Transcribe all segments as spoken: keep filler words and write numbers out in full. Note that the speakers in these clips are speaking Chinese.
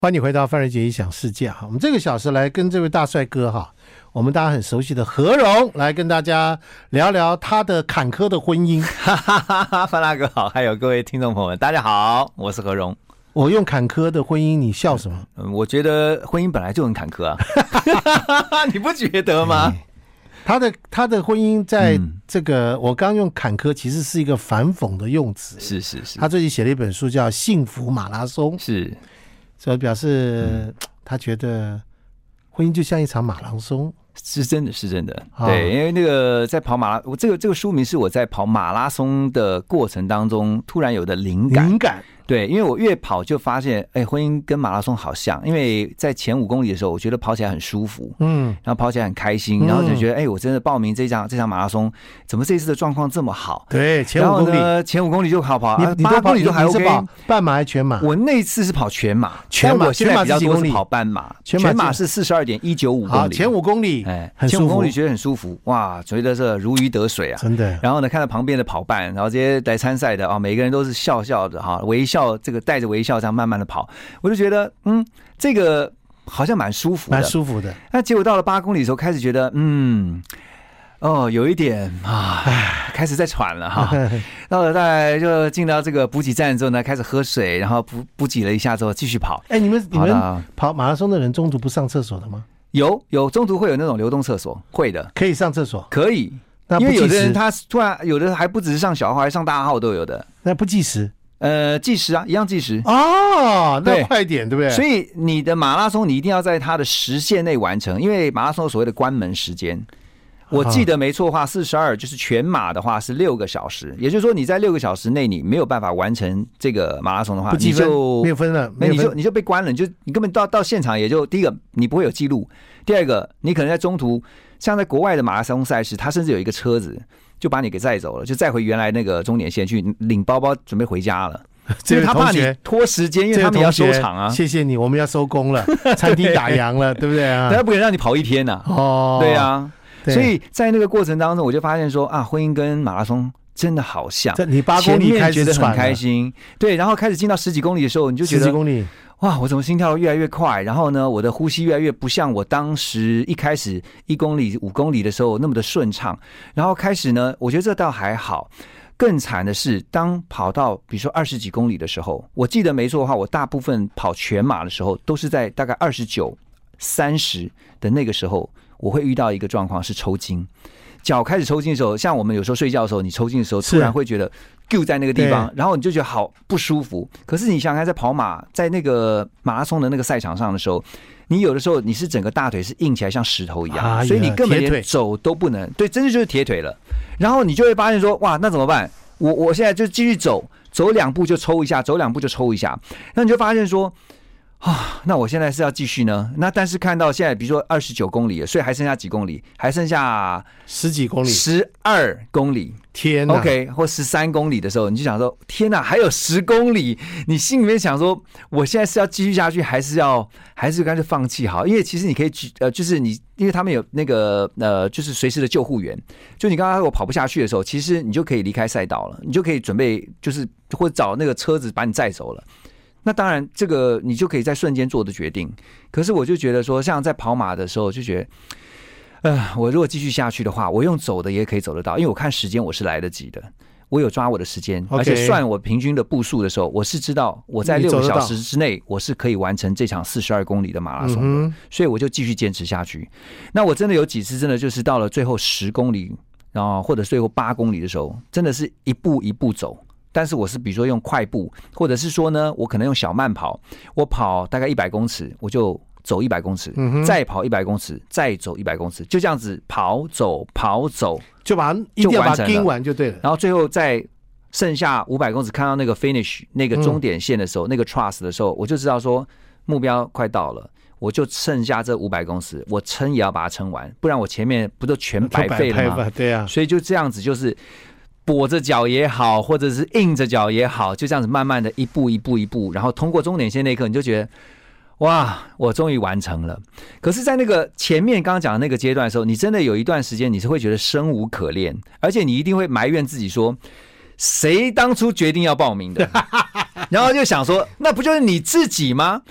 欢迎回到范瑞杰异想世界哈，我们这个小时来跟这位大帅哥哈，我们大家很熟悉的何荣来跟大家聊聊他的坎坷的婚姻。 哈哈哈哈，范大哥好，还有各位听众朋友们，大家好，我是何荣。 我用坎坷的婚姻，你笑什么？ 嗯，我觉得婚姻本来就很坎坷啊，你不觉得吗？嗯、 他的他的婚姻在这个，嗯、我刚用坎坷，其实是一个反讽的用词。 是是是， 他最近写了一本书叫《幸福马拉松》， 是。 所以表示他觉得婚姻就像一场马拉松， 是真的是真的、哦、对，因为那个在跑马拉，我这个这个书名是我在跑马拉松的过程当中突然有的灵感。 灵感， 对，因为我越跑就发现，哎，婚姻跟马拉松好像，因为在前五公里的时候，我觉得跑起来很舒服，嗯，然后跑起来很开心，然后就觉得，哎、嗯，我真的报名这场这场马拉松，怎么这次的状况这么好？ 对，前五公里， 呢前五公里就好跑， 你啊、八公里都还 OK。 你是跑半马还是全马？ 我那次是跑全马， 全马， 我现在比较多是跑半马，全马, 全马是四十二点一九五公里， 前五公里， 哎， 很舒服， 前五公里觉得很舒服，哇，觉得是如鱼得水啊， 真的。 然后呢，看到旁边的跑伴，然后这些来参赛的啊，每个人都是笑笑的哈，微笑，这个带着微笑这样慢慢的跑，我就觉得嗯，这个好像蛮舒服的， 蛮舒服的。 那结果到了八公里的时候，开始觉得嗯，哦，有一点啊，开始在喘了哈。到了大概就进到这个补给站之后呢，开始喝水，然后补补给了一下之后继续跑。 哎，你们你们跑马拉松的人中途不上厕所的吗？ 有有，中途会有那种流动厕所，会的， 可以上厕所， 可以。因为有的人他突然有的还不只是上小号，还上大号都有的。 那不计时？ 呃，计时啊，一样计时哦，那快一点，对不对？ 所以你的马拉松你一定要在它的时限内完成，因为马拉松有所谓的关门时间。我记得没错的话，四十二就是全马的话是六个小时，也就是说你在六个小时内你没有办法完成这个马拉松的话， 你就没有分了， 没有分你就你就被关了，你就你根本到到现场也就第一个你不会有记录，第二个你可能在中途，像在国外的马拉松赛事，它甚至有一个车子就把你给载走了，就载回原来那个终点线去领包包准备回家了。因为他怕你拖时间，因为他们也要收场啊。 谢谢你，我们要收工了，餐厅打烊了，对不对啊？ 他不可能让你跑一天呐、啊。哦，对啊。所以在那个过程当中，我就发现说啊，婚姻跟马拉松真的好像。 你八公里开始觉得很开心，对，然后开始进到十几公里的时候，你就觉得十几公里， 哇，我怎么心跳越来越快？然后呢，我的呼吸越来越不像我当时一开始一公里、五公里的时候那么的顺畅。然后开始呢，我觉得这倒还好。更惨的是，当跑到比如说二十几公里的时候，我记得没错的话，我大部分跑全马的时候都是在大概二十九、三十的那个时候，我会遇到一个状况是抽筋，脚开始抽筋的时候，像我们有时候睡觉的时候，你抽筋的时候，突然会觉得揪在那个地方，然后你就觉得好不舒服。可是你想想看，在跑马，在那个马拉松的那个赛场上的时候，你有的时候你是整个大腿是硬起来像石头一样，啊、所以你根本连走都不能，对，真的就是铁腿了。然后你就会发现说，哇，那怎么办？我我现在就继续走，走两步就抽一下，走两步就抽一下，那你就发现说，啊，那我现在是要继续呢？那但是看到现在，比如说二十九公里了，所以还剩下几公里？还剩下十几公里， 十二公里。 天哪 ，OK， 或十三公里的时候，你就想说，天哪，还有十公里，你心里面想说，我现在是要继续下去，还是要，还是干脆放弃好？因为其实你可以，呃，就是你，因为他们有那个，呃，就是随时的救护员，就你刚刚我跑不下去的时候，其实你就可以离开赛道了，你就可以准备，就是或者找那个车子把你载走了。那当然，这个你就可以在瞬间做的决定。可是我就觉得说，像在跑马的时候，就觉得。呃，我如果继续下去的话，我用走的也可以走得到，因为我看时间我是来得及的，我有抓我的时间， okay. 而且算我平均的步数的时候，我是知道我在六个小时之内我是可以完成这场四十二公里的马拉松的、嗯、所以我就继续坚持下去。那我真的有几次真的就是到了最后十公里，然后或者最后八公里的时候，真的是一步一步走。但是我是比如说用快步，或者是说呢，我可能用小慢跑，我跑大概一百公尺，我就走一百公尺、嗯，再跑一百公尺，再走一百公尺，就这样子跑走跑走， 就把它一定要把它跟完就对了。 然后最后在剩下五百公尺看到那个 finish 那个终点线的时候、嗯，那个 trust 的时候，我就知道说目标快到了，我就剩下这五百公尺，我撑也要把它撑完，不然我前面不都全白费了吗？ 对啊， 所以就这样子就是。跛着脚也好，或者是硬着脚也好，就这样子慢慢的一步一步一步，然后通过终点线那一刻，你就觉得哇，我终于完成了。可是在那个前面刚刚讲的那个阶段的时候，你真的有一段时间你是会觉得生无可恋，而且你一定会埋怨自己说，谁当初决定要报名的？然后就想说，那不就是你自己吗？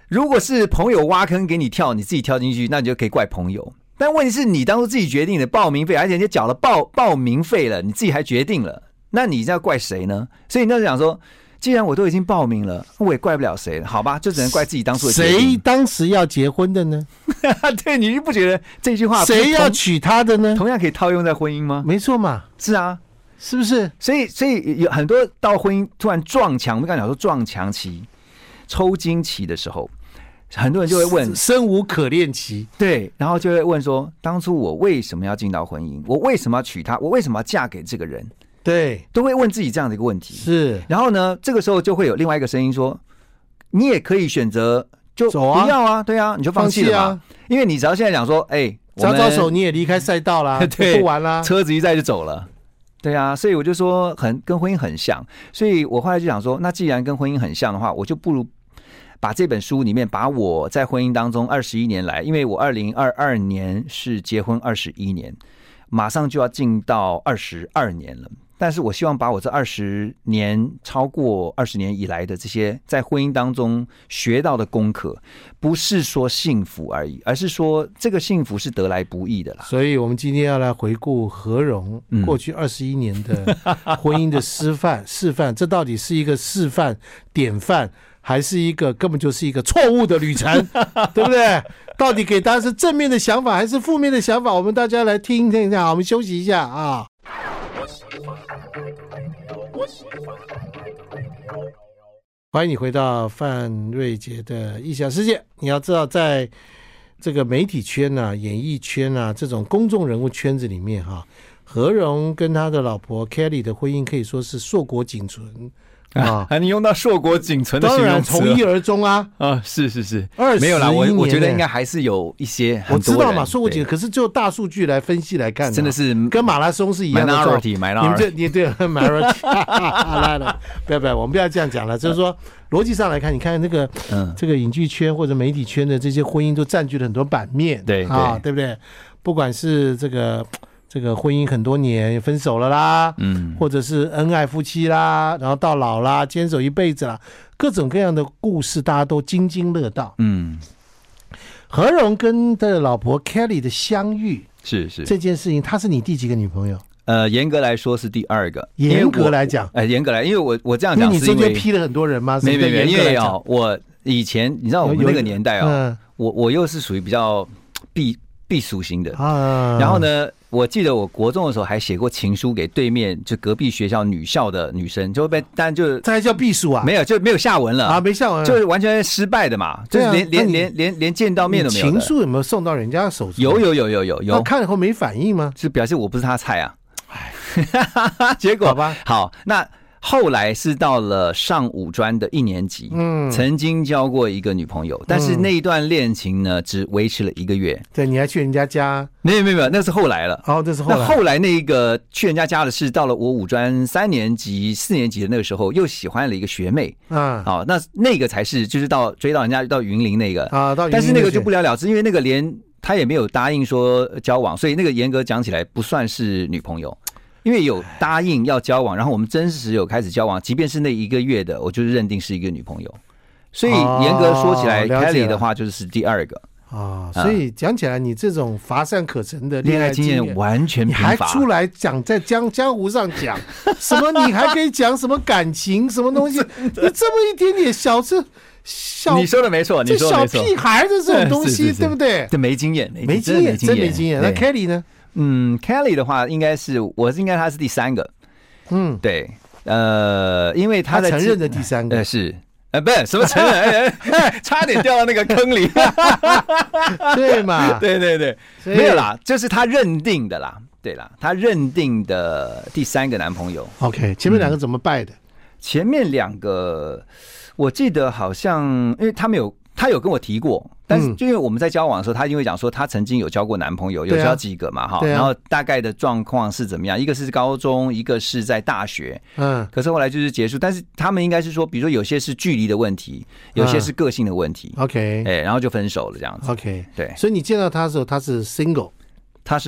如果是朋友挖坑给你跳，你自己跳进去，那你就可以怪朋友。但问题是你当初自己决定的报名费，而且你缴了报报名费了，你自己还决定了，那你要怪谁呢？所以你就想说，既然我都已经报名了，我也怪不了谁了，好吧，就只能怪自己当初的决定。 谁当时要结婚的呢？ 对，你不觉得这句话谁要娶她的呢？ 同样可以套用在婚姻吗？ 没错嘛， 是啊， 是不是？ 所以，所以有很多到婚姻突然撞墙，我们刚才讲说撞墙期、抽筋期的时候。很多人就会问生无可恋期， 对，然后就会问说，当初我为什么要进到婚姻？我为什么要娶她？我为什么要嫁给这个人？ 对， 都会问自己这样的一个问题。 是， 然后呢，这个时候就会有另外一个声音说，你也可以选择就不要啊，对啊，你就放弃了嘛，啊、因为你只要现在讲说，哎、欸， 招招手你也离开赛道啦，对，不玩啦， 车子一载就走了。对啊，所以我就说很跟婚姻很像，所以我后来就想说，那既然跟婚姻很像的话，我就不如。把这本书里面，把我在婚姻当中二十一年来，因为我二零二二年是结婚二十一年，马上就要进到二十二年了。但是我希望把我这二十年超过二十年以来的这些在婚姻当中学到的功课，不是说幸福而已，而是说这个幸福是得来不易的啦。 所以我们今天要来回顾何荣过去二十一年的婚姻的示范、嗯、示范，这到底是一个示范典范，还是一个根本就是一个错误的旅程，对不对？到底给大家是正面的想法还是负面的想法？我们大家来听听一下，我们休息一下啊。欢迎你回到范瑞杰的异想世界。你要知道，在这个媒体圈啊、演艺圈啊这种公众人物圈子里面哈、啊，何荣跟他的老婆 Kelly 的婚姻可以说是硕果仅存。 啊，还能用到硕果仅存的形容词， 当然从一而终啊！ 啊，是是是， 没有啦，我我觉得应该还是有一些很多人，我知道嘛，硕果仅存，可是就大数据来分析来看、啊， 真的是跟马拉松是一样的。 minority， minority， 你们这你对 minority， 来了，不要不要，我们不要这样讲了，就是说逻辑上来看，你看那个、嗯、这个影剧圈或者媒体圈的这些婚姻都占据了很多版面， 对啊，对不对？不管是这个。这个婚姻很多年分手了啦，嗯，或者是恩爱夫妻啦，然后到老啦，坚守一辈子啦，各种各样的故事，大家都津津乐道。嗯，何荣跟的老婆 Kelly 的相遇， 是是这件事情，她是你第几个女朋友？ 呃，严格来说是第二个。 严格来讲， 哎，严格来，因为我我这样讲是因为， 你中间劈了很多人吗？ 没没没，因为哦，我以前你知道我们那个年代哦，嗯、我我又是属于比较避避俗型的啊，然后呢。我记得我国中的时候还写过情书给对面就隔壁学校女校的女生，就被但就这还叫避暑啊？ 没有，就没有下文了啊，没下文， 就是完全失败的嘛，就是连、啊、连连连连见到面都没有。 情书有没有送到人家手上？ 有有有有有有。 那看了后没反应吗？ 就表示我不是他菜啊。结果好吧， 好那。后来是到了上五专的一年级，嗯，曾经交过一个女朋友，但是那一段恋情呢，只维持了一个月。 对，你还去人家家？ 没有没有没有，那是后来了。 哦，这是后来。 那后来那一个去人家家的是到了我五专三年级、四年级的那个时候，又喜欢了一个学妹。啊，好，那那个才是就是到追到人家到云林那个啊，到云林， 但是那个就不了了之，因为那个连他也没有答应说交往，所以那个严格讲起来不算是女朋友。因为有答应要交往，然后我们真实有开始交往，即便是那一个月的，我就是认定是一个女朋友。所以严格说起来、哦、Kelly 的话就是第二个啊、哦。所以讲起来，你这种乏善可陈的恋爱经验完全贫乏， 你还出来讲在江江湖上讲什么？你还可以讲什么感情什么东西？你这么一点点小事。小你说的没错，你说的没错， 小屁孩的这种东西，是是是对不对？ 这没经验， 没经验，真没经验。那 Kelly 呢？ 嗯 ，Kelly 的话，应该是我应该他是第三个。嗯，对，呃，因为他的他承认的第三个， 呃，是，呃，不是什么承认，哎哎，差点掉到那个坑里， 对嘛？ 对对对，没有啦，就是他认定的啦，对啦，他认定的第三个男朋友。 OK， 前面两个怎么拜的？ 嗯、前面两个。我记得好像，因为他没有，他有跟我提过，但是就因为我们在交往的时候，他因为讲说他曾经有交过男朋友，有交几个嘛，哈、啊，然后大概的状况是怎么样？一个是高中，一个是在大学，嗯，可是后来就是结束。但是他们应该是说，比如说有些是距离的问题，有些是个性的问题、 嗯、，OK， 哎，然后就分手了这样子 ，OK， 对。 所以你见到他的时候，他是 single， 他是对。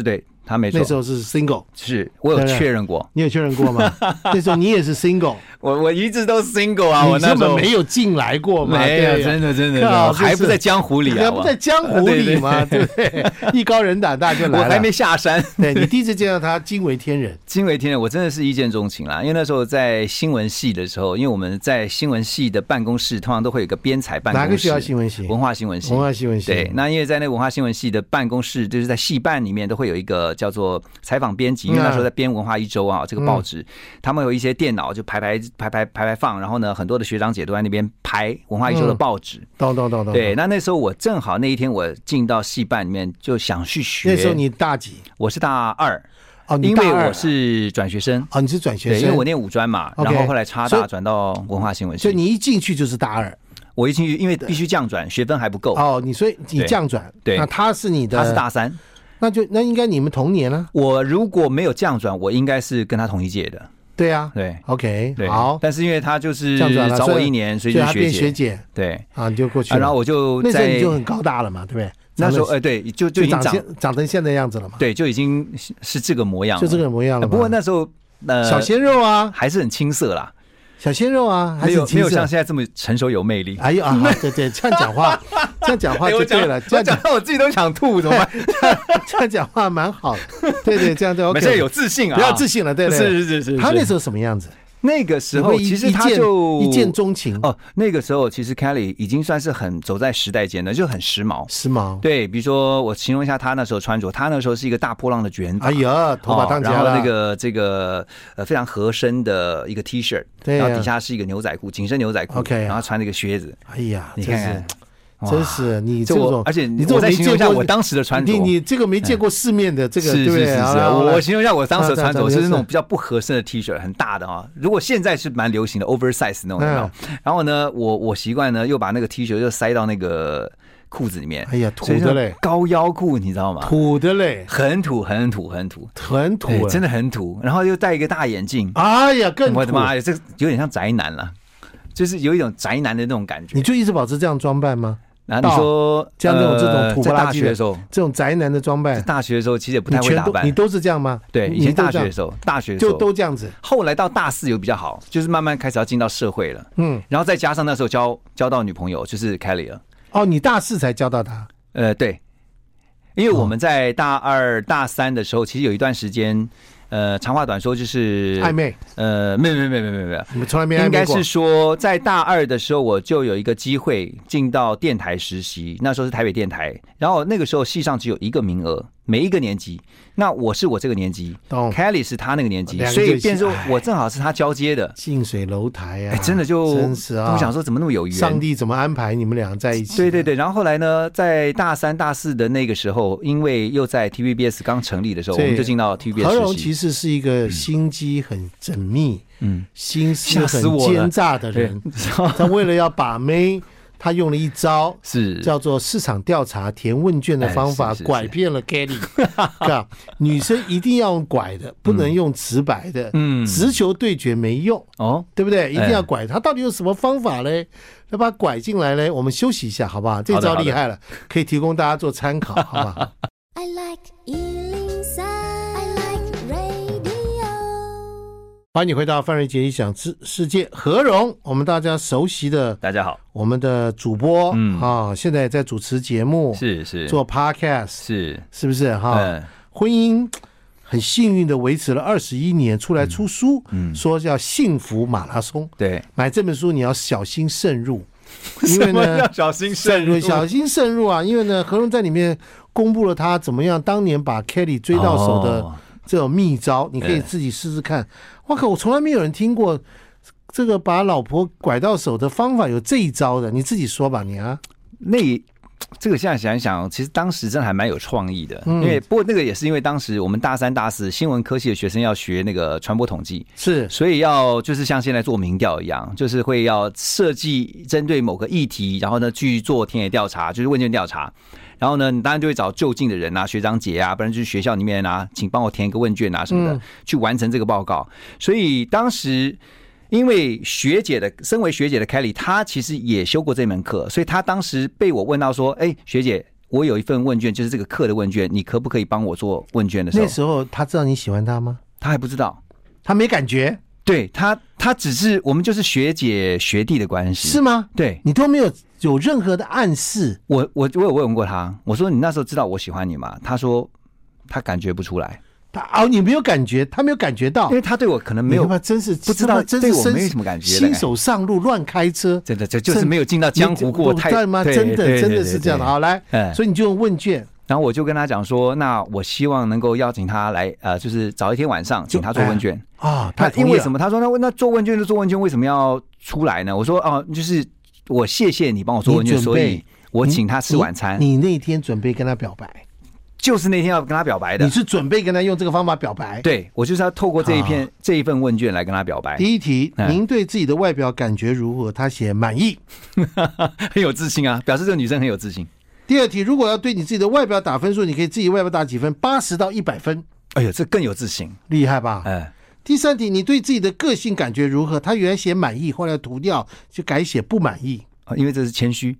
他没错， 那时候是 single， 是我有确认过， 你有确认过吗？那时候你也是 single， 我我一直都 single 啊，我那时候没有进来过嘛， 没有，真的真的，我还不在江湖里啊， 还不在江湖里嘛，对不对？艺高人胆大就来了， 我还没下山。 对，你第一次见到他惊为天人， 惊为天人，我真的是一见钟情啦。因为那时候在新闻系的时候，因为我们在新闻系的办公室通常都会有一个编采办公室， 哪个学校新闻系？ 文化新闻系。 文化新闻系。 对，那因为在那个文化新闻系的办公室，就是在系办里面都会有一个叫做采访编辑，因为那时候在编文化一周啊这个报纸，嗯、他们有一些电脑就排排排排排排放，然后呢，很多的学长姐都在那边排文化一周的报纸。 懂懂懂懂。 对，那那时候我正好那一天我进到系办里面，就想去学。 那时候你大几？ 我是大二。 哦， 因为我是转学生。 哦，你是转学生， 对，因为我念五专嘛， okay, 然后后来插大转到文化新闻系。 所以你一进去就是大二。 我一进去，因为必须降转，学分还不够。 哦，你所以你降转， 对， 那他是你的， 他是大三， 那就那应该你们同年啊。 我如果没有降转，我应该是跟他同一届的。 对啊， 对 ，OK， 对， 好。 但是因为他就是降转了， 早我一年，所以就他变学姐。 对啊，你就过去了， 然后我就那时候你就很高大了嘛，对不对？ 那时候，哎，对，就就已经长长成现在样子了嘛。 对，就已经是这个模样了， 就这个模样了。 不过那时候，呃， 小鲜肉啊， 还是很青涩啦。 小鲜肉啊，还是没有没有像现在这么成熟有魅力。 哎呦啊，对对，这样讲话，这样讲话就对了。 这样讲到我自己都想吐，怎么办？ 这样讲话蛮好的。对对，这样就 OK。 现在有自信啊， 不要自信了，对对。 是是是。 他那时候什么样子？ 那个时候其实他就一见钟情哦。那个时候其实 Kelly 已经算是很走在时代间的，就很时髦。 时髦。 对，比如说我形容一下他那时候穿着，他那时候是一个大波浪的卷发， 哎呀，头发烫起来了， 然后那个这个呃非常合身的一个 T 恤， 对， 然后底下是一个牛仔裤，紧身牛仔裤 ，OK， 然后穿那个靴子。 哎呀， 你看看。 真是你这种， 而且你我再形容一下我当时的穿着， 你你这个没见过世面的这个， 是是是是，我形容一下我当时的穿着，是那种比较不合身的 T 恤，很大的啊。如果现在是蛮流行的 oversize 那种，然后呢，我我习惯呢又把那个 T 恤就塞到那个裤子里面。 哎呀，土的嘞， 高腰裤你知道吗？ 土的嘞， 很土很土很土很土， 真的很土。然后又戴一个大眼镜， 哎呀，更土！ 我的妈呀，这有点像宅男了，就是有一种宅男的那种感觉。 你就一直保持这样装扮吗？ 然后你说像这种这种土不拉几的时候， 这种宅男的装扮， 大学的时候其实也不太会打扮。 你都是这样吗？ 对，以前大学的时候，大学的时候就都这样子。 后来到大四有比较好，就是慢慢开始要进到社会了。嗯，然后再加上那时候交交到女朋友，就是 Kelly 了。 哦，你大四才交到她？ 呃，对，因为我们在大二、大三的时候，其实有一段时间。呃，长话短说就是暧昧。 呃，没有没有没有没有没有， 你们从来没暧昧过。 应该是说，在大二的时候，我就有一个机会进到电台实习，那时候是台北电台，然后那个时候系上只有一个名额，每一个年级。那我是我这个年级 ，Kelly 是他那个年级，所以变成说我正好是他交接的。 近水楼台啊， 哎，真的就真是啊！ 我想说怎么那么有缘？ 上帝怎么安排你们俩在一起？ 对对对，然后后来呢，在大三、大四的那个时候，因为又在 T V B S 刚成立的时候，我们就进到 T V B S 实习。 何荣其实是一个心机很缜密、嗯，心思很奸诈的人。他为了要把妹。他用了一招， 是叫做市场调查填问卷的方法，拐骗了 Kelly。女生一定要用拐的，不能用直白的。嗯，直球对决没用哦，对不对？一定要拐。他到底有什么方法嘞？要把它拐进来嘞？我们休息一下，好不好？这招厉害了，可以提供大家做参考，好不好？ I like 一零三 I like radio。欢迎你回到范瑞杰理想世界，何荣，我们大家熟悉的， 大家好， 我们的主播，嗯啊，现在在主持节目， 是是做 podcast， 是是不是哈？嗯，婚姻很幸运的维持了二十一年，出来出书，嗯，说叫幸福马拉松， 对， 买这本书你要小心慎入，因为呢， 要小心慎入， 小心慎入啊，因为呢，何荣在里面公布了他怎么样当年把 Kelly 追到手的。哦，这种秘招你可以自己试试看。哇靠，我从来没有人听过这个把老婆拐到手的方法有这一招的，你自己说吧你啊。 那这个现在想一想，其实当时真的还蛮有创意的，嗯，因为不过那个也是因为当时我们大三大四新闻科系的学生要学那个传播统计， 是， 所以要就是像现在做民调一样，就是会要设计针对某个议题，然后呢去做田野调查，就是问卷调查。然后呢，你当然就会找就近的人啊，学长姐啊，不然就是学校里面啊，请帮我填一个问卷啊什么的，嗯，去完成这个报告。所以当时，因为学姐的，身为学姐的 Kelly， 她其实也修过这门课，所以她当时被我问到说：“哎，学姐， 我有一份问卷，就是这个课的问卷，你可不可以帮我做问卷的时候， 那时候他知道你喜欢他吗？ 他还不知道， 他没感觉。 对他，他只是我们就是学姐学弟的关系， 是吗？ 对， 你都没有有任何的暗示。 我我我有问过他，我说你那时候知道我喜欢你吗？他说他感觉不出来。 他哦，你没有感觉，他没有感觉到， 因为他对我可能没有， 真是不知道， 真是对我没什么感觉， 新手上路乱开车， 真的这就是没有进到江湖过，太吗？真的真的是这样的。好，来， 嗯， 所以你就用问卷。 然后我就跟他讲说，那我希望能够邀请他来，呃，就是早一天晚上请他做问卷啊。 他因为什么？他说那那做问卷就做问卷，为什么要出来呢？我说哦，就是我谢谢你帮我做问卷，所以我请他吃晚餐。 你那天准备跟他表白， 就是那天要跟他表白的。 你是准备跟他用这个方法表白？ 对，我就是要透过这一篇这一份问卷来跟他表白。 第一题，您对自己的外表感觉如何？他写满意， 很有自信啊，表示这个女生很有自信。 第二题，如果要对你自己的外表打分数，你可以自己外表打几分？八十到一百分。 哎呦，这更有自信， 厉害吧？ 哎。 第三题，你对自己的个性感觉如何？他原来写满意，后来涂掉就改写不满意， 啊，因为这是谦虚。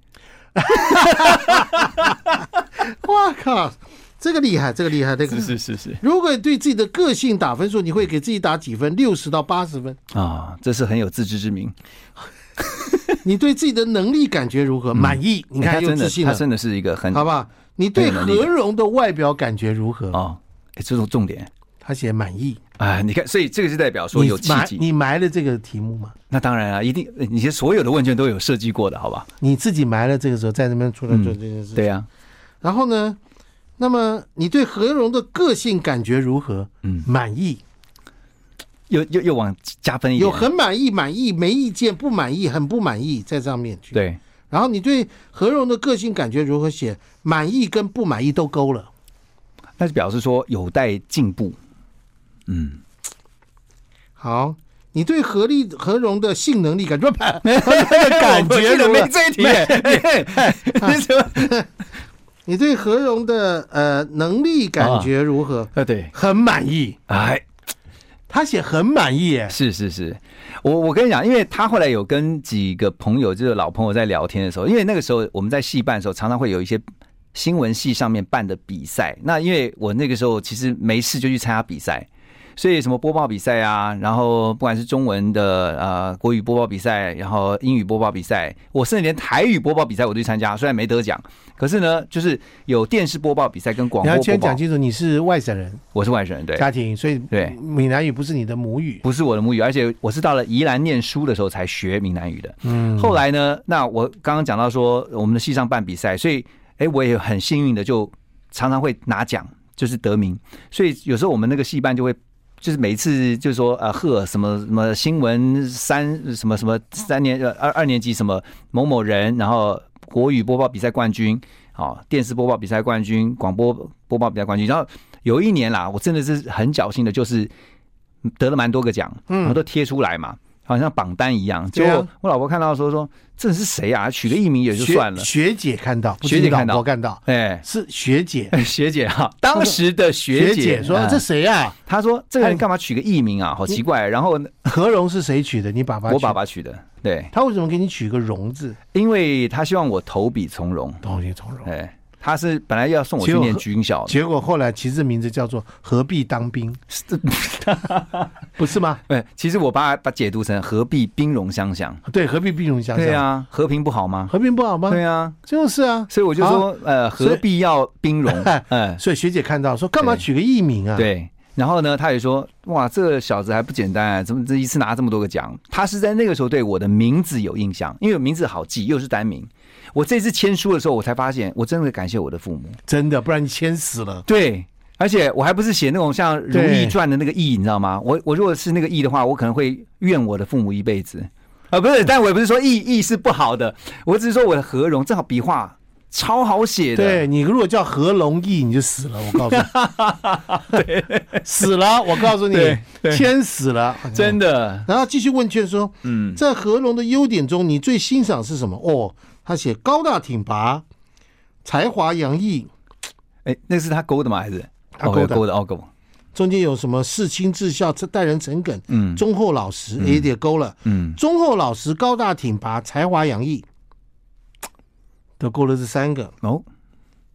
哇靠，这个厉害，这个厉害，这个是是是是。 如果对自己的个性打分数，你会给自己打几分？六十到八十分啊，这是很有自知之明。 你对自己的能力感觉如何？满意。你看，有自信了， 他真的是一个很好吧？你对何荣的外表感觉如何？ 哦，哎，这种重点， 他写满意。 哎，你看，所以这个就代表说有契机。 你埋了这个题目吗？ 那当然啊，一定，你所有的问卷都有设计过的，好吧？ 你自己埋了这个时候，在那边出来做这件事情。 对呀。 然后呢？那么你对何荣的个性感觉如何？嗯，满意。 又又又往加分一点， 有很满意、满意、没意见、不满意、很不满意，在上面去。 对。 然后你对何荣的个性感觉如何？写满意跟不满意都勾了， 那就表示说有待进步。嗯， 好。你对何力何荣的性能力感觉感觉如何？没这一题，你怎么？ 你对何荣的呃能力感觉如何？ 啊，对， 很满意。哎，他写很满意耶。 是是是，我我跟你讲，因为他后来有跟几个朋友，就是老朋友在聊天的时候，因为那个时候我们在系办的时候，常常会有一些新闻系上面办的比赛。那因为我那个时候其实没事就去参加比赛。所以什么播报比赛啊，然后不管是中文的呃国语播报比赛，然后英语播报比赛，我甚至连台语播报比赛我都去参加，虽然没得奖，可是呢，就是有电视播报比赛跟广播播报。 你要先讲清楚，你是外省人， 我是外省人，对， 家庭，所以对闽南语不是你的母语， 不是我的母语，而且我是到了宜兰念书的时候才学闽南语的。嗯，后来呢，那我刚刚讲到说我们的系上办比赛，所以哎，我也很幸运的就常常会拿奖，就是得名，所以有时候我们那个系办就会。就是每一次就是说呃贺什么什么新闻三什么什么三年呃二二年级什么某某人，然后国语播报比赛冠军，好、哦、电视播报比赛冠军，广播播报比赛冠军。然后有一年啦，我真的是很侥幸的，就是得了蛮多个奖，然后都贴出来嘛。好像榜单一样，结果我老婆看到的时候说：“这是谁啊？取个艺名也就算了。” 学姐看到， 学姐看到， 我看到，哎，是学姐， 学姐哈，当时的学姐说：“这谁啊？” 她说：“这个人干嘛取个艺名啊？好奇怪。”然后何荣是谁取的？你爸爸？ 我爸爸取的。对， 他为什么给你取个荣字？ 因为他希望我投笔从戎， 投笔从戎。 哎。他是本来要送我去念军校， 结果后来其实名字叫做何必当兵，不是吗？ 对，其实我把把解读成何必兵戎相向。 对，何必兵戎相向？ 对啊，和平不好吗？ 和平不好吗？ 对啊， 就是啊。 所以我就说，呃，何必要兵戎？ 嗯，所以学姐看到说，干嘛取个艺名啊？ 对。然后呢，他也说，哇，这个小子还不简单啊，怎么这一次拿这么多个奖？他是在那个时候对我的名字有印象，因为名字好记，又是单名。我这次签书的时候，我才发现，我真的感谢我的父母， 真的，不然你签死了。 对，而且我还不是写那种像《如懿传》的那个懿，你知道吗？我我如果是那个懿的话，我可能会怨我的父母一辈子啊，不是，但我也不是说懿懿是不好的，我只是说我的何荣正好笔画超好写的。 对，你如果叫何龙义，你就死了，我告诉你，对，死了，我告诉你，签死了， 真的。 然后继续问卷说，嗯，在何龙的优点中，你最欣赏是什么？哦。他写高大挺拔，才华洋溢。 哎，那是他勾的吗？还是他勾的？ 勾的哦，勾。 中间有什么事亲至孝、待人诚恳，嗯，忠厚老实，也、嗯、也勾了，嗯，忠厚老实、高大挺拔、才华洋溢，都勾了这三个。哦，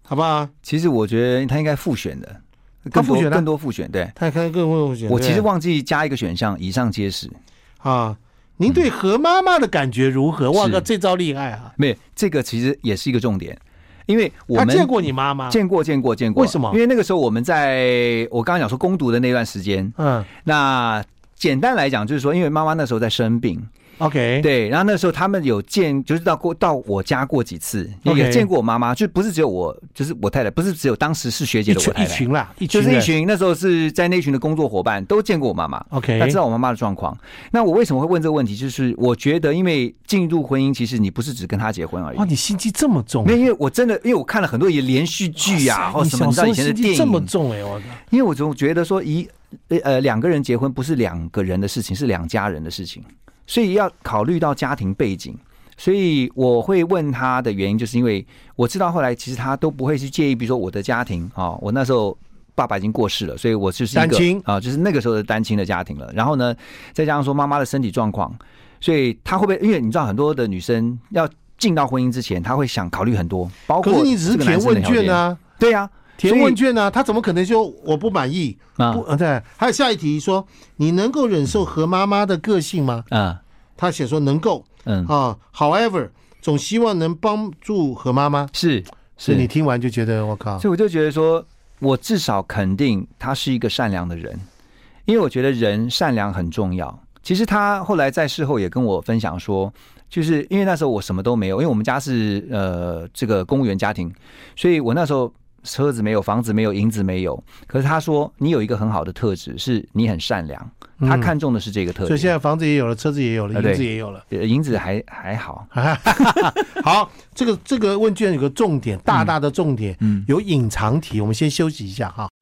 好不好？ 其实我觉得他应该复选的，更多更多复选，对， 他看更多复选。 我其实忘记加一个选项，以上皆是啊。您对何妈妈的感觉如何？哇，这招厉害啊！ 没有，这个其实也是一个重点，因为我们他见过你妈妈， 见过见过见过。 为什么？ 因为那个时候我们在我刚刚讲说攻读的那段时间，嗯，那简单来讲就是说，因为妈妈那时候在生病。 OK， 对，然后那时候他们有见，就是到过到我家过几次，也、okay. 见过我妈妈，就不是只有我，就是我太太，不是只有当时是学姐的我太太， 一群啦，一群就是一群，那时候是在那群的工作伙伴都见过我妈妈 ，OK， 他知道我妈妈的状况。那我为什么会问这个问题？就是我觉得，因为进入婚姻，其实你不是只跟他结婚而已。 哇，你心机这么重、啊？ 没有，因为我真的，因为我看了很多也连续剧啊，或什么，你知道以前的电影这么重哎、欸，我因为我总觉得说一呃两个人结婚不是两个人的事情，是两家人的事情。所以要考虑到家庭背景，所以我会问他的原因，就是因为我知道后来其实他都不会去介意，比如说我的家庭啊、哦，我那时候爸爸已经过世了，所以我就是一个单亲啊、哦，就是那个时候的单亲的家庭了。然后呢，再加上说妈妈的身体状况，所以他会不会？因为你知道很多的女生要进到婚姻之前，她会想考虑很多，包括可是你只是填问卷啊， 对呀、啊。 填问卷啊，他怎么可能说我不满意？啊，不，对。还有下一题说，你能够忍受何妈妈的个性吗？啊，他写说能够。嗯啊 ，however， 总希望能帮助何妈妈。 是， 所以你听完就觉得我靠， 所以我就觉得说，我至少肯定他是一个善良的人，因为我觉得人善良很重要。其实他后来在事后也跟我分享说。就是因为那时候我什么都没有，因为我们家是呃这个公务员家庭，所以我那时候车子没有，房子没有，银子没有。可是他说你有一个很好的特质，是你很善良，他看重的是这个特质。 嗯、所以现在房子也有了，车子也有了，银子也有了， 银子还还好。 好，这个这个问卷有个重点，大大的重点，嗯、有隐藏题，我们先休息一下哈。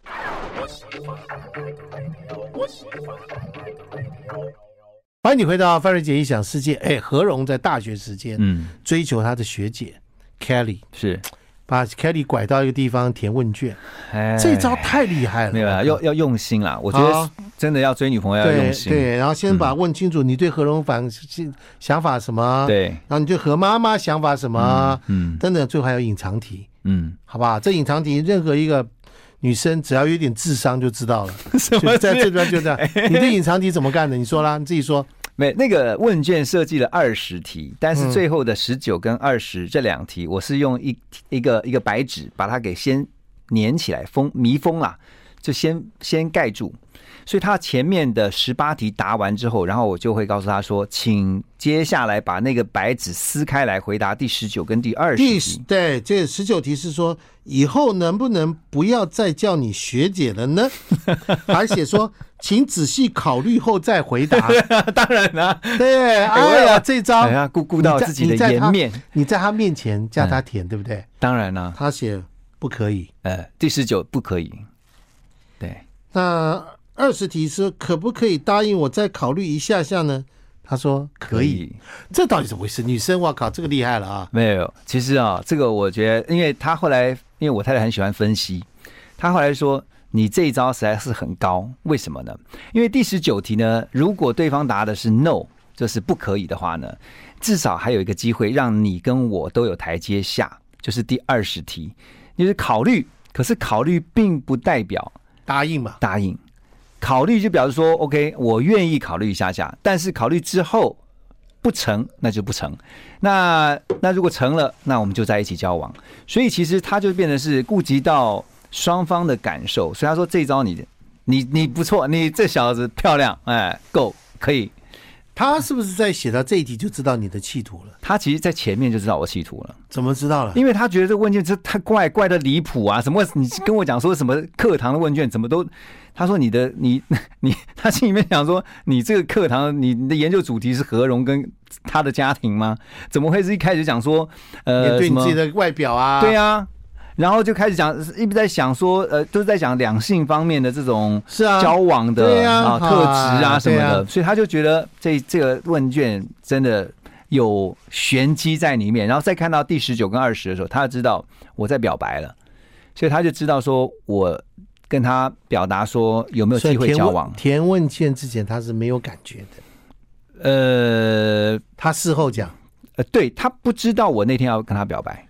欢迎你回到范瑞杰异想世界。哎，何荣在大学时间，嗯，追求他的学姐 Kelly， 是把 Kelly 拐到一个地方填问卷，哎，这招太厉害了。 没有啊，要要用心啦。我觉得真的要追女朋友要用心。 对，对，然后先把问清楚你对何荣反想法什么， 对， 然后你对何妈妈想法什么，嗯，等等，最后还有隐藏题，嗯，好不好？这隐藏题任何一个。女生只要有点智商就知道了， 什么在这边就这样。你对隐藏题怎么干的？你说啦，你自己说。 没，那个问卷设计了二十题，但是最后的十九跟二十这两题，我是用一一个一个白纸把它给先粘起来，封密封啦，就先先盖住。所以他前面的十八题答完之后，然后我就会告诉他说，请接下来把那个白纸撕开来回答第十九跟第二十题。 对，这十九题是说以后能不能不要再叫你学姐了呢？还写说请仔细考虑后再回答。 当然啦、啊， 对，哎呀，这招哎呀，顾顾到自己的颜面， 你在他面前叫他填，嗯、对不对？ 当然啦、啊， 他写不可以， 呃，第十九不可以。对， 那。二十题是可不可以答应我再考虑一下下呢？他说可以，可以。这到底怎么回事？女生，哇靠，这个厉害了啊！ 没有，其实啊，这个我觉得，因为他后来，因为我太太很喜欢分析，他后来说你这一招实在是很高，为什么呢？因为第十九题呢，如果对方答的是 no， 就是不可以的话呢，至少还有一个机会让你跟我都有台阶下，就是第二十题，就是考虑，可是考虑并不代表答应嘛， 答应。考虑就表示说 OK 我愿意考虑一下下，但是考虑之后不成那就不成，那那如果成了，那我们就在一起交往。所以其实他就变成是顾及到双方的感受，所以他说这一招你你你不错，你这小子漂亮，哎，够可以。 他是不是在写到这一题就知道你的企图了？ 他其实在前面就知道我企图了。 怎么知道了？ 因为他觉得这个问卷这太怪怪的离谱啊！怎么你跟我讲说什么课堂的问卷怎么都？他说你的你你他心里面想说你这个课堂你的研究主题是何荣跟他的家庭吗？怎么会是一开始讲说呃对你自己的外表啊？ 对啊。然后就开始讲，一直在想说，呃，都是在讲两性方面的这种交往的是啊啊特质啊什么的，所以他就觉得这这个问卷真的有玄机在里面。然后再看到第十九跟二十的时候，他就知道我在表白了，所以他就知道说我跟他表达说有没有机会交往。 填问填问卷之前他是没有感觉的， 呃， 他事后讲， 呃，对他不知道我那天要跟他表白。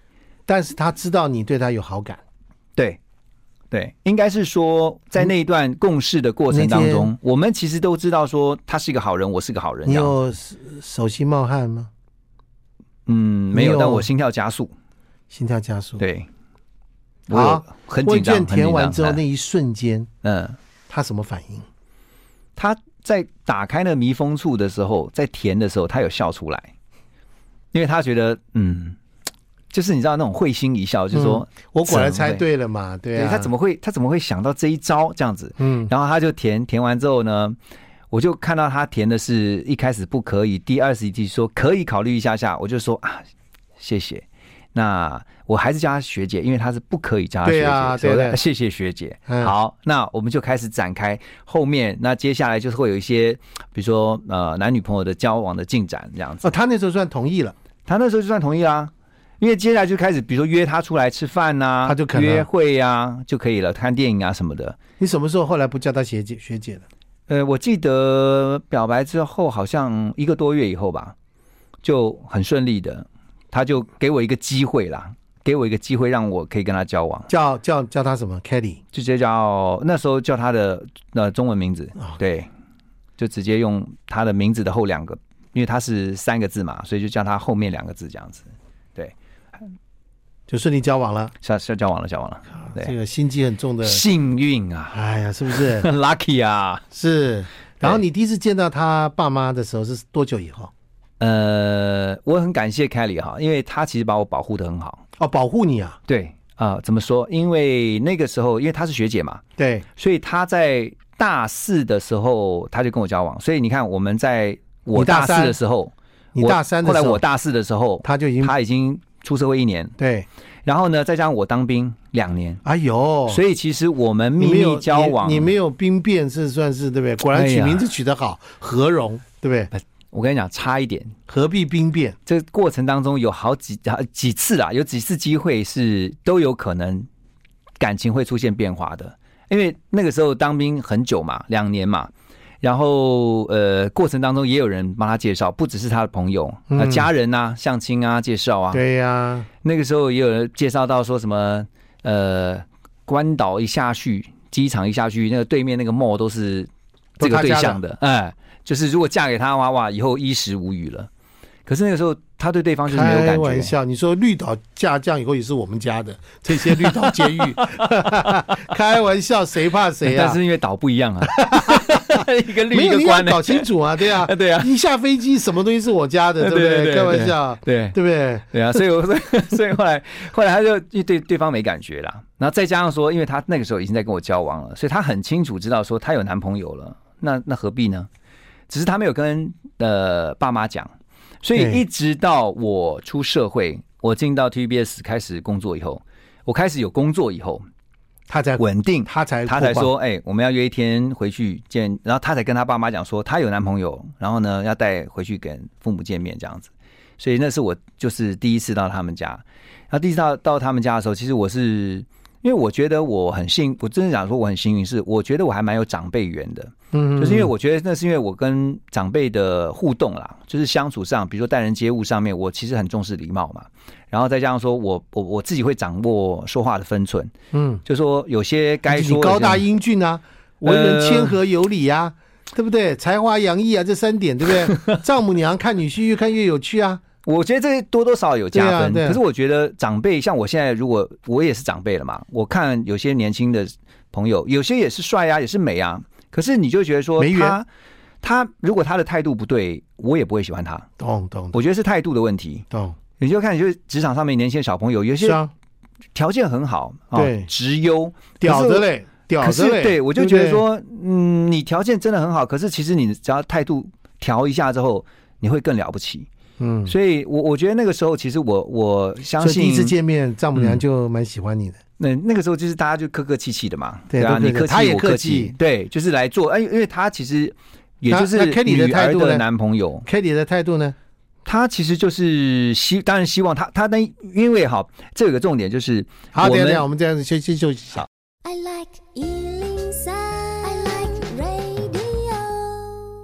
但是他知道你对他有好感。 对对，应该是说在那一段共事的过程当中，我们其实都知道说他是一个好人，我是个好人。 你有手心冒汗吗？ 嗯，没有，但我心跳加速。 心跳加速。 对。 好， 很紧张。 问卷填完之后那一瞬间，嗯，他什么反应？ 他在打开那密封处的时候，在填的时候，他有笑出来，因为他觉得，嗯，就是你知道那种会心一笑，就是说、 嗯、我果然猜对了嘛，对啊， 对他怎么会他怎么会想到这一招这样子？嗯，然后他就填填完之后呢，我就看到他填的是一开始不可以，第二十一题说可以考虑一下下，我就说啊，谢谢。那我还是叫她学姐，因为她是不可以叫她学姐。对啊，对对，谢谢学姐。嗯、好，那我们就开始展开后面。那接下来就是会有一些，比如说呃男女朋友的交往的进展这样子。 哦，他那时候算同意了， 他那时候就算同意啦，因为接下来就开始，比如说约他出来吃饭呐、啊， 他就可能约会啊就可以了，看电影啊什么的。 你什么时候后来不叫她学姐学姐了？ 呃，我记得表白之后好像一个多月以后吧，就很顺利的。他就给我一个机会啦，给我一个机会让我可以跟他交往。 叫叫叫他什么 Kelly， 就直接叫那时候叫他的呃中文名字、哦、对，就直接用他的名字的后两个，因为他是三个字嘛，所以就叫他后面两个字这样子。对， 就顺利交往了， 是是交往了交往了。对， 这个心机很重的幸运啊！ 哎呀，是不是 lucky 啊？ 是。然后你第一次见到他爸妈的时候是多久以后？ 呃，我很感谢 Kelly 哈，因为他其实把我保护得很好。 哦，保护你啊？ 对啊、呃，怎么说？因为那个时候，因为她是学姐嘛， 对， 所以她在大四的时候，她就跟我交往。所以你看，我们在我大四的时候， 你大三的时候， 后来我大四的时候， 他就已经他已经出社会一年， 对。 然后呢，再加上我当兵两年， 哎呦， 所以其实我们秘密交往， 你, 你, 你没有兵变是算是对不对？果然取名字取得好，哎、和荣对不对？ 我跟你讲，差一点， 何必兵变？ 这个过程当中有好几几次啦，有几次机会是都有可能感情会出现变化的，因为那个时候当兵很久嘛，两年嘛，然后呃过程当中也有人帮他介绍，不只是他的朋友、嗯呃、家人啊、相亲啊介绍啊， 对呀、啊， 那个时候也有人介绍到说什么呃关岛一下去，机场一下去，那个对面那个 mall 都是这个对象的，哎。就是如果嫁给他的话，哇，以后衣食无虞了。可是那个时候，他对对方就是没有感觉。 开玩笑，你说绿岛嫁酱以后也是我们家的，这些绿岛监狱，开玩笑，谁怕谁啊？ 但是因为岛不一样啊，一个绿一个关， 搞清楚啊，对啊， 对啊， 一下飞机什么东西是我家的，对不对？ 对对对对， 开玩笑， 对对不对？ 对啊，所以我所以后来后来他就对对方没感觉啦，然后再加上说，因为他那个时候已经在跟我交往了，所以他很清楚知道说他有男朋友了，那那何必呢？只是他没有跟呃爸妈讲，所以一直到我出社会，我进到 T V B S 开始工作以后，我开始有工作以后， 他才稳定， 他才他才说，哎、欸，我们要约一天回去见，然后他才跟他爸妈讲说，他有男朋友，然后呢要带回去跟父母见面这样子。所以那是我就是第一次到他们家，然后第一次到到他们家的时候，其实我是。因为我觉得我很幸，我真的讲说我很幸运，是我觉得我还蛮有长辈缘的，嗯，就是因为我觉得那是因为我跟长辈的互动啦，就是相处上，比如说待人接物上面，我其实很重视礼貌嘛，然后再加上说我我我自己会掌握说话的分寸，嗯，就说有些该说你高大英俊啊，为人谦和有礼啊，呃、对不对？才华洋溢啊，这三点对不对？丈母娘看女婿越看越有趣啊。 我觉得这多多少少有加分， 对啊对啊， 可是我觉得长辈像我现在，如果我也是长辈了嘛，我看有些年轻的朋友，有些也是帅啊，也是美啊，可是你就觉得说他他如果他的态度不对，我也不会喜欢他。 懂懂， 我觉得是态度的问题。 懂， 你就看，就是职场上面年轻的小朋友，有些条件很好， 对， 哦，职优， 屌的嘞，屌的嘞， 对，我就觉得说，嗯，你条件真的很好，可是其实你只要态度调一下之后，你会更了不起。嗯，所以我我觉得那个时候，其实我我相信第一次见面，丈母娘就蛮喜欢你的。 那、嗯、那个时候就是大家就客客气气的嘛， 对, 对啊， 对, 对， 你客气我客气，对，就是来做。哎，因为他其实也就是女儿的男朋友 ，Kelly 的态度呢？ 他其实就是希，当然希望他他那因为好，这有个重点就是， 好，等一下，我们这样子先先休息一下。 I like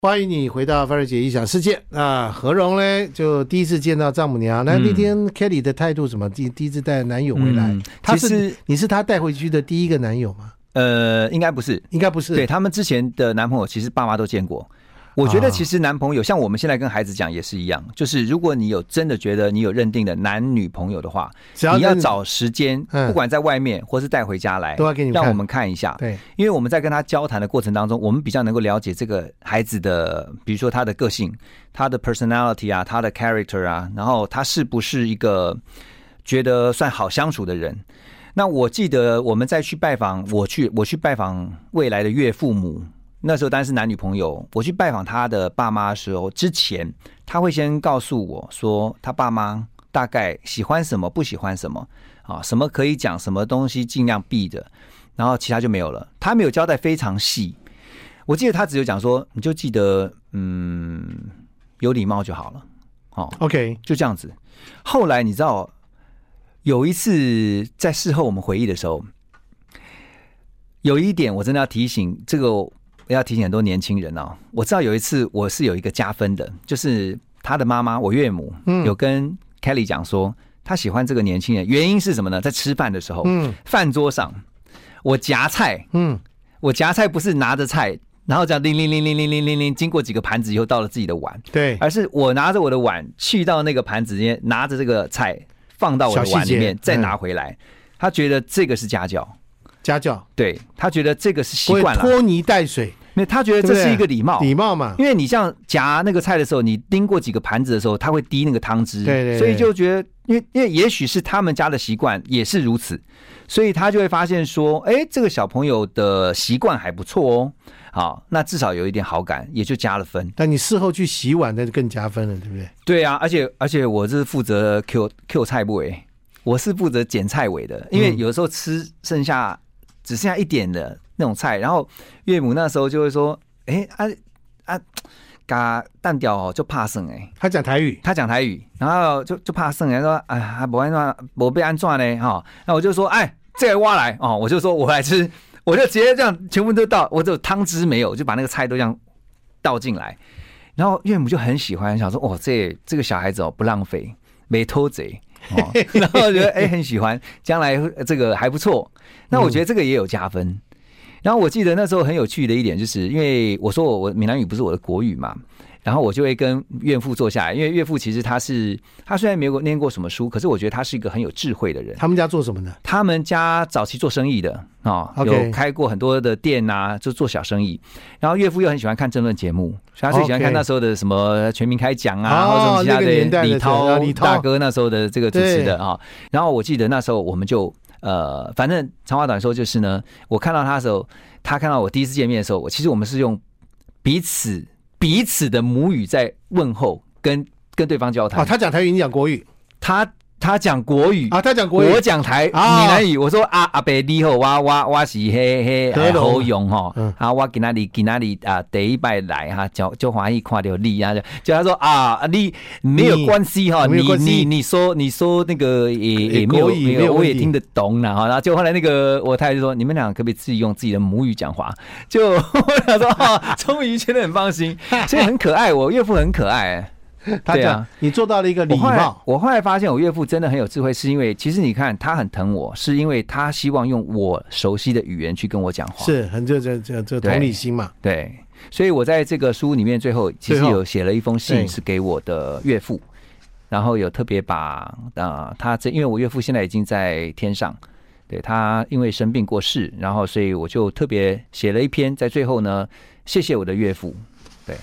欢迎你回到范瑞杰异想世界啊！何荣呢，就第一次见到丈母娘。那那天 Kelly 的态度什么？第第一次带男友回来，嗯、他是其实你是他带回去的第一个男友吗？ 呃，应该不是， 应该不是。 对，他们之前的男朋友，其实爸妈都见过。我觉得其实男朋友、哦、像我们现在跟孩子讲也是一样，就是如果你有真的觉得你有认定的男女朋友的话，你要找时间、嗯、不管在外面或是带回家来， 都要给你们看， 让我们看一下。对，因为我们在跟他交谈的过程当中，我们比较能够了解这个孩子的，比如说他的个性、他的 personality 啊、他的 character 啊，然后他是不是一个觉得算好相处的人。那我记得我们再去拜访，我去我去拜访未来的岳父母。那时候当然是男女朋友，我去拜访他的爸妈的时候，之前他会先告诉我说他爸妈大概喜欢什么不喜欢什么啊，什么可以讲，什么东西尽量避的，然后其他就没有了。他没有交代非常细，我记得他只有讲说你就记得嗯有礼貌就好了，哦 OK 就这样子。后来你知道有一次在事后我们回忆的时候，有一点我真的要提醒这个。要提醒很多年轻人哦，我知道有一次我是有一个加分的，就是他的妈妈，我岳母，嗯，有跟 Kelly 讲说，他喜欢这个年轻人，原因是什么呢？在吃饭的时候，嗯，饭桌上我夹菜，嗯，我夹菜不是拿着菜，然后这样铃铃铃铃铃铃铃铃，经过几个盘子以后到了自己的碗， 对， 而是我拿着我的碗去到那个盘子里面，拿着这个菜放到我的碗里面，再拿回来，他觉得这个是家教。 家教， 对，他觉得这个是习惯了， 拖泥带水， 因为他觉得这是一个礼貌， 礼貌嘛。 因为你像夹那个菜的时候，你叮过几个盘子的时候，他会滴那个汤汁， 对 对, 对， 所以就觉得，因为因为也许是他们家的习惯也是如此，所以他就会发现说，哎，这个小朋友的习惯还不错哦，好，那至少有一点好感，也就加了分。 但你事后去洗碗，那就更加分了，对不对？ 对啊，而且而且我是负责 Q Q 菜尾，我是负责捡菜尾的，因为有时候吃剩下。只剩下一点的那种菜，然后岳母那时候就会说：“哎、欸、啊啊，嘎蛋条哦，就怕剩哎。” 他讲台语， 他讲台语，然后就就怕剩哎，说：“哎，还不安怎，不被安怎呢？哈。”那我就说：“哎，这个挖来哦。”我就说我来吃，我就直接这样全部都倒，我只有汤汁没有，我就把那个菜都这样倒进来。然后岳母就很喜欢，想说：“哦，这这个小孩子哦，不浪费，没偷贼。”哦、然后觉得哎、欸、很喜欢，将来这个还不错。那我觉得这个也有加分。然后我记得那时候很有趣的一点，就是因为我说我我闽南语不是我的国语嘛，然后我就会跟岳父坐下来，因为岳父其实他是他虽然没有念过什么书，可是我觉得他是一个很有智慧的人。 他们家做什么呢？ 他们家早期做生意的啊、哦 okay. 有开过很多的店啊，就做小生意。然后岳父又很喜欢看政论节目，所以他最喜欢看那时候的什么全民开讲啊， okay. 或者什么其他的李涛李大哥那时候的这个主持的啊。然后我记得那时候我们就。呃，反正长话短说就是呢，我看到他的时候，他看到我第一次见面的时候，我其实我们是用彼此彼此的母语在问候，跟跟对方交谈。 啊，他讲台语，你讲国语， 他他讲国语啊，他讲国语， 我讲台闽南语。我说啊阿伯你好，我我我是嘿嘿好用哈，啊我今仔日今仔日啊第一拜来哈，就就欢喜看到你啊，就他说啊你没有关系哈，你你你说你说那个也也没有没有，我也听得懂啦哈。然后就后来那个我太太就说你们俩可不可以自己用自己的母语讲话？就我想说啊，终于觉得很放心，所以很可爱，我岳父很可爱。 他讲、啊、你做到了一个礼貌。我 后, 我后来发现我岳父真的很有智慧，是因为其实你看他很疼我，是因为他希望用我熟悉的语言去跟我讲话， 是很这这这这同理心嘛。 对，对，所以我在这个书里面最后其实有写了一封信是给我的岳父，然后有特别把呃他这因为我岳父现在已经在天上，对他因为生病过世，然后所以我就特别写了一篇在最后呢，谢谢我的岳父。对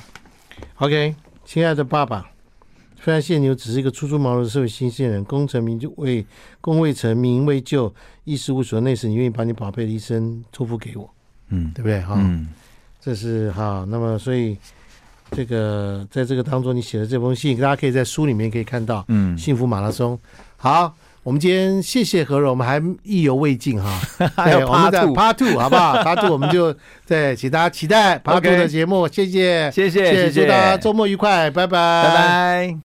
，OK。亲爱的爸爸，虽然谢牛只是一个初出茅庐的社会新鲜人，功成名就未功未成名未就，一事无所内时，你愿意把你宝贝的一生托付给我，嗯，对不对哈？嗯，这是好。那么所以这个在这个当中，你写的这封信，大家可以在书里面可以看到，嗯，幸福马拉松。好，我们今天谢谢何柔，我们还意犹未尽哈， 还有 Part Two Part Two 好不好？Part Two 我们就对，请大家期待 Part Two 的节目，谢谢， 谢谢，谢谢， 祝大家周末愉快，拜拜， 拜拜。